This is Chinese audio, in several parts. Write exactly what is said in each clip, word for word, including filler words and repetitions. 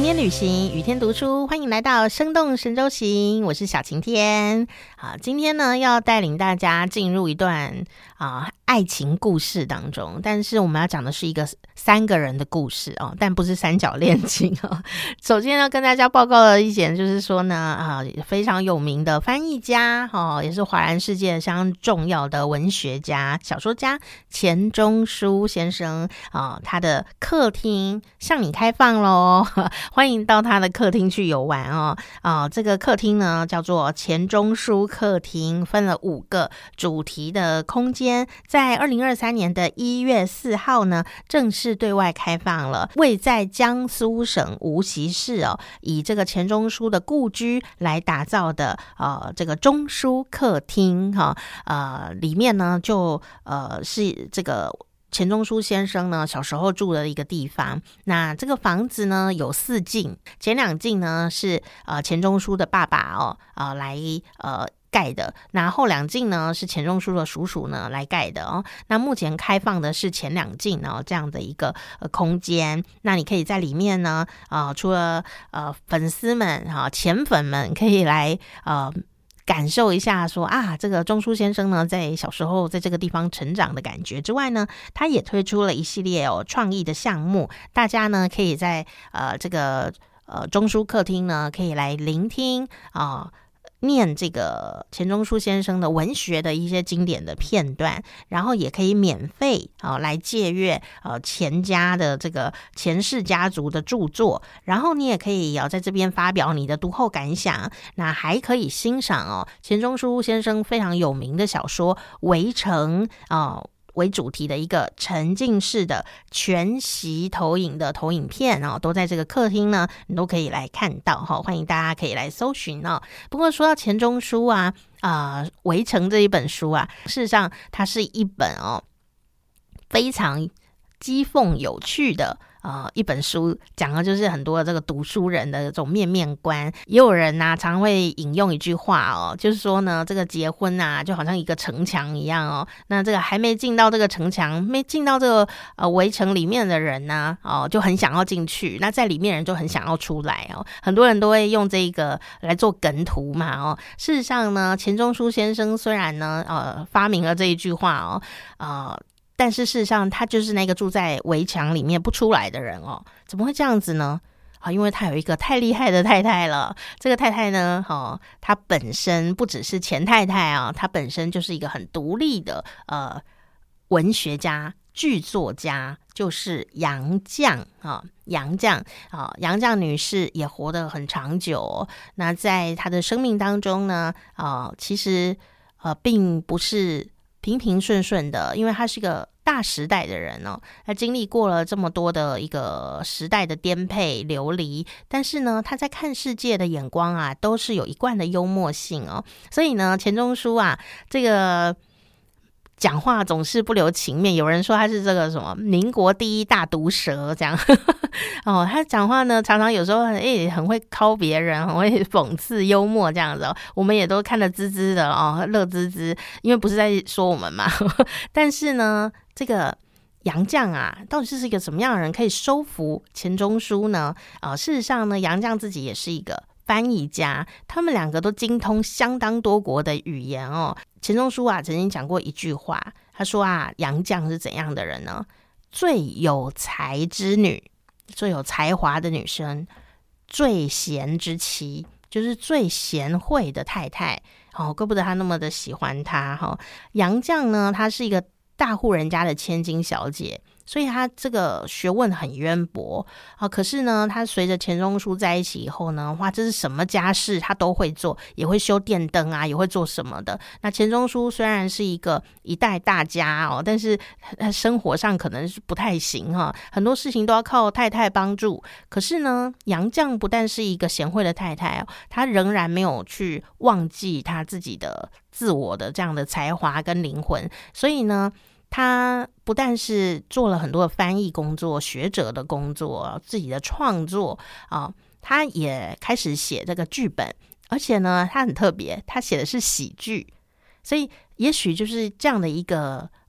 天旅行，雨天读书，欢迎来到生动神州行，我是小晴天。好，今天呢要带领大家进入一段啊爱情故事当中，但是我们要讲的是一个三个人的故事哦，但不是三角恋情哦。首先要跟大家报告的一点就是说呢，啊非常有名的翻译家哦，也是华人世界相当重要的文学家、小说家钱钟书先生啊，他的客厅向你开放咯，欢迎到他的客厅去游玩哦。啊，这个客厅呢叫做钱钟书客厅，分了五个主题的空间，在二零二三年的一月四号呢正式对外开放了。位在江苏省无锡市哦，以这个钱钟书的故居来打造的呃这个钟书客厅哈、哦，呃里面呢就呃是这个钱钟书先生呢小时候住的一个地方。那这个房子呢有四进，前两进呢是呃钱钟书的爸爸哦呃来呃盖的，那后两进呢是钱钟书的叔叔呢来盖的哦。那目前开放的是前两进哦这样的一个呃空间，那你可以在里面呢呃除了呃粉丝们哈、呃、钱粉们可以来呃感受一下说啊，这个钟书先生呢在小时候在这个地方成长的感觉之外呢，他也推出了一系列哦创意的项目，大家呢可以在呃这个呃钟书客厅呢可以来聆听啊、呃念这个钱钟书先生的文学的一些经典的片段，然后也可以免费、呃、来借阅呃钱家的这个钱氏家族的著作，然后你也可以、呃、在这边发表你的读后感想，那还可以欣赏哦钱钟书先生非常有名的小说《围城》啊、呃为主题的一个沉浸式的全息投影的投影片哦，都在这个客厅呢，你都可以来看到哈、哦，欢迎大家可以来搜寻哦。不过说到钱钟书啊，啊、呃，《围城》这一本书啊，事实上它是一本哦非常讥讽有趣的。呃，一本书讲的就是很多这个读书人的这种面面观，也有人啊常会引用一句话哦，就是说呢，这个结婚啊就好像一个城墙一样哦，那这个还没进到这个城墙，没进到这个呃围城里面的人呢、啊，哦就很想要进去，那在里面人就很想要出来哦，很多人都会用这个来做梗图嘛哦。事实上呢，钱钟书先生虽然呢呃发明了这一句话哦，呃。但是事实上他就是那个住在围墙里面不出来的人哦，怎么会这样子呢？啊，因为他有一个太厉害的太太了。这个太太呢，哦，她本身不只是钱太太啊，她本身就是一个很独立的呃文学家、剧作家，就是杨绛啊，杨绛啊，杨绛女士也活得很长久、哦。那在她的生命当中呢，啊，其实呃并不是平平顺顺的，因为他是个大时代的人哦，他经历过了这么多的一个时代的颠沛流离，但是呢，他在看世界的眼光啊，都是有一贯的幽默性哦。所以呢，钱钟书啊，这个讲话总是不留情面，有人说他是这个什么民国第一大毒舌这样哦，他讲话呢常常有时候很、欸、很会考别人，很会讽刺幽默这样子哦，我们也都看得滋滋的哦，乐滋滋，因为不是在说我们嘛但是呢这个杨绛啊，到底是一个什么样的人可以收服钱钟书呢？啊、呃，事实上呢，杨绛自己也是一个翻译家，他们两个都精通相当多国的语言哦。钱钟书啊曾经讲过一句话，他说啊，杨绛是怎样的人呢？最有才之女，最有才华的女生，最贤之妻，就是最贤惠的太太哦，怪不得他那么的喜欢他哈、哦。杨绛呢，她是一个大户人家的千金小姐，所以他这个学问很渊博啊。可是呢，他随着钱钟书在一起以后呢，哇，这是什么家事他都会做，也会修电灯啊，也会做什么的。那钱钟书虽然是一个一代大家哦，但是他生活上可能是不太行哈、啊，很多事情都要靠太太帮助。可是呢，杨绛不但是一个贤惠的太太哦，她仍然没有去忘记她自己的自我的这样的才华跟灵魂，所以呢。他不但是做了很多的翻译工作、学者的工作、自己的创作啊，他也开始写这个剧本，而且呢，他很特别，他写的是喜剧，所以也许就是这样的一个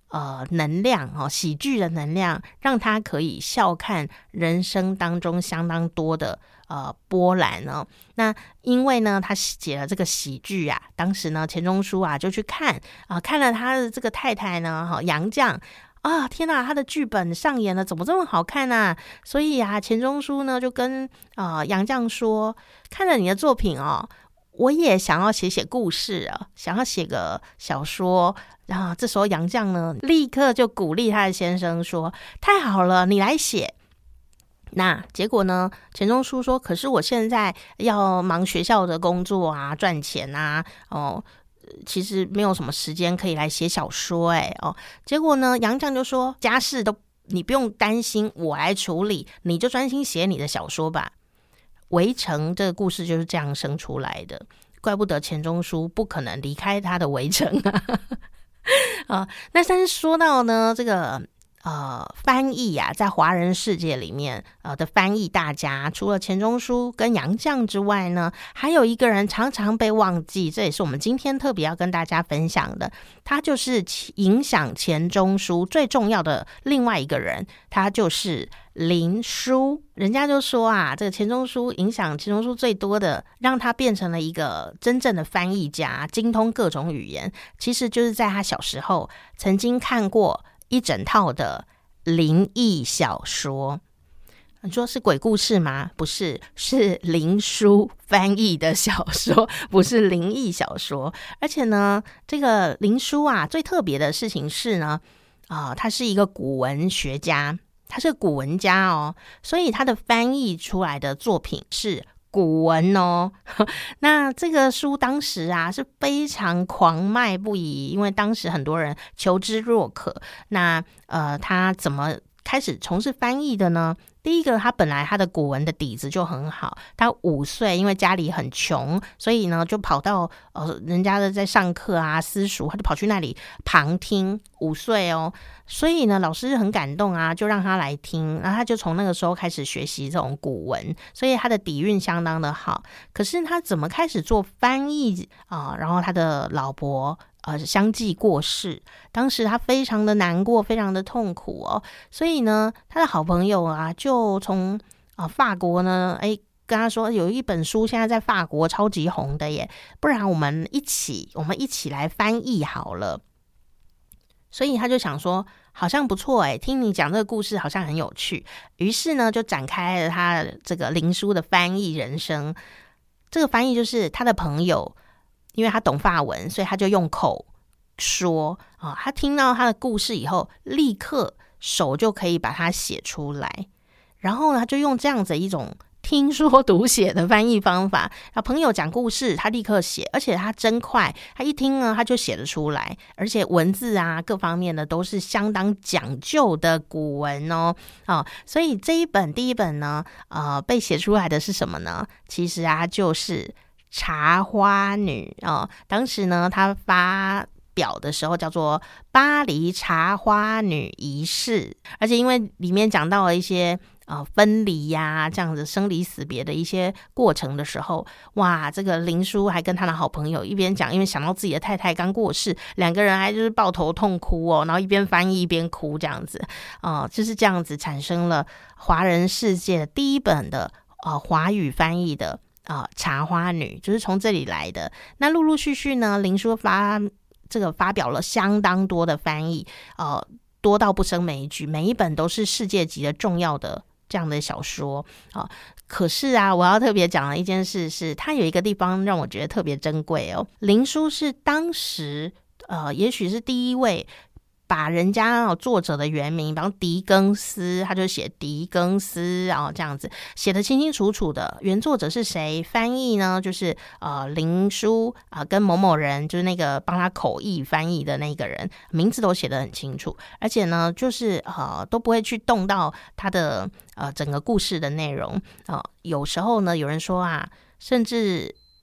呃能量哦，喜剧的能量，让他可以笑看人生当中相当多的呃波澜哦。那因为呢他写了这个喜剧啊，当时呢钱钟书啊就去看啊、呃，看了他的这个太太呢哈杨绛啊，天哪，他的剧本上演了，怎么这么好看啊？所以啊钱钟书呢就跟呃杨绛说，看了你的作品哦，我也想要写写故事啊，想要写个小说。然后这时候杨绛呢立刻就鼓励他的先生说，太好了，你来写。那结果呢钱钟书说，可是我现在要忙学校的工作啊，赚钱啊，哦，其实没有什么时间可以来写小说哎哦。结果呢杨绛就说，家事都你不用担心，我来处理，你就专心写你的小说吧。围城这个故事就是这样生出来的，怪不得钱钟书不可能离开他的围城啊。啊，那但是说到呢，这个呃翻译啊，在华人世界里面呃的翻译大家，除了钱钟书跟杨绛之外呢，还有一个人常常被忘记，这也是我们今天特别要跟大家分享的，他就是影响钱钟书最重要的另外一个人，他就是林纾。人家就说啊，这个钱钟书影响钱钟书最多的，让他变成了一个真正的翻译家，精通各种语言，其实就是在他小时候曾经看过一整套的灵异小说。你说是鬼故事吗？不是，是林纾翻译的小说，不是灵异小说。而且呢，这个林纾啊，最特别的事情是呢，啊、呃，他是一个古文学家。他是古文家哦，所以他的翻译出来的作品是古文哦。那这个书当时啊是非常狂卖不已，因为当时很多人求知若渴。那呃，他怎么开始从事翻译的呢？第一个，他本来他的古文的底子就很好，他五岁因为家里很穷，所以呢就跑到呃人家的在上课啊私塾，他就跑去那里旁听。五岁哦，所以呢老师很感动啊，就让他来听，然后他就从那个时候开始学习这种古文，所以他的底蕴相当的好。可是他怎么开始做翻译啊、呃？然后他的老婆呃相继过世，当时他非常的难过，非常的痛苦哦，所以呢他的好朋友啊就从啊、呃、法国呢哎跟他说，有一本书现在在法国超级红的耶，不然我们一起我们一起来翻译好了。所以他就想说好像不错诶，听你讲这个故事好像很有趣，于是呢就展开了他这个林纾的翻译人生。这个翻译就是他的朋友，因为他懂法文，所以他就用口说、哦、他听到他的故事以后，立刻手就可以把它写出来，然后呢他就用这样子一种听说读写的翻译方法，朋友讲故事他立刻写，而且他真快，他一听呢他就写得出来，而且文字啊各方面的都是相当讲究的古文哦。哦所以这一本第一本呢呃，被写出来的是什么呢？其实啊就是茶花女哦。当时呢他发表的时候叫做巴黎茶花女仪式，而且因为里面讲到了一些呃，分离呀、啊，这样子生离死别的一些过程的时候，哇，这个林纾还跟他的好朋友一边讲，因为想到自己的太太刚过世，两个人还就是抱头痛哭哦，然后一边翻译一边哭这样子，哦、呃，就是这样子产生了华人世界第一本的呃华语翻译的啊、呃、茶花女，就是从这里来的。那陆陆续续呢，林纾发这个发表了相当多的翻译，呃，多到不胜枚举，每一本都是世界级的重要的这样的小说、哦、可是啊我要特别讲的一件事是，它有一个地方让我觉得特别珍贵哦。林纾是当时呃，也许是第一位把人家、哦、作者的原名，比方狄更斯，他就写狄更斯、哦、这样子写得清清楚楚的，原作者是谁，翻译呢就是呃林纾啊、呃，跟某某人，就是那个帮他口译翻译的那个人，名字都写得很清楚，而且呢就是呃都不会去动到他的呃整个故事的内容啊、呃。有时候呢有人说啊，甚至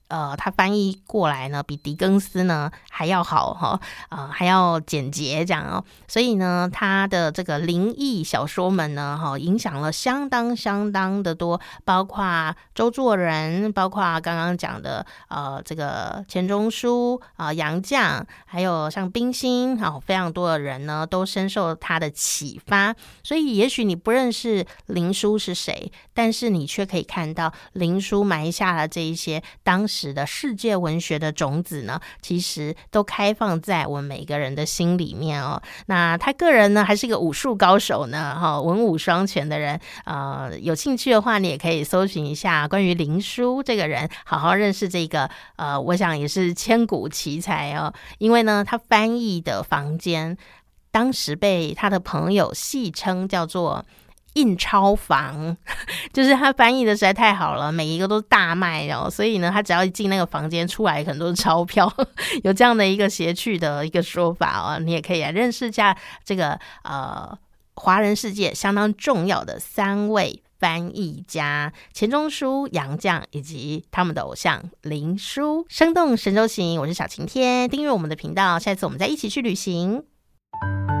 呃，他翻译过来呢，比狄更斯呢还要好哈，呃，还要简洁这样哦。所以呢，他的这个灵异小说们呢，哈，影响了相当相当的多，包括周作人，包括刚刚讲的呃这个钱钟书啊、呃、杨绛，还有像冰心，好、哦，非常多的人呢都深受他的启发。所以，也许你不认识林书是谁，但是你却可以看到林书埋下了这一些当时的世界文学的种子呢，其实都开放在我们每个人的心里面哦。那他个人呢，还是一个武术高手呢，哈、哦，文武双全的人。呃，有兴趣的话，你也可以搜寻一下关于林书这个人，好好认识这个呃，我想也是千古奇才哦。因为呢，他翻译的房间，当时被他的朋友戏称叫做印钞房，就是他翻译的实在太好了，每一个都大卖哦，所以呢，他只要一进那个房间出来，很多钞票，有这样的一个谐趣的一个说法哦。你也可以来认识一下这个呃华人世界相当重要的三位翻译家：钱钟书、杨绛以及他们的偶像林书。生动神州行，我是小晴天，订阅我们的频道，下一次我们再一起去旅行。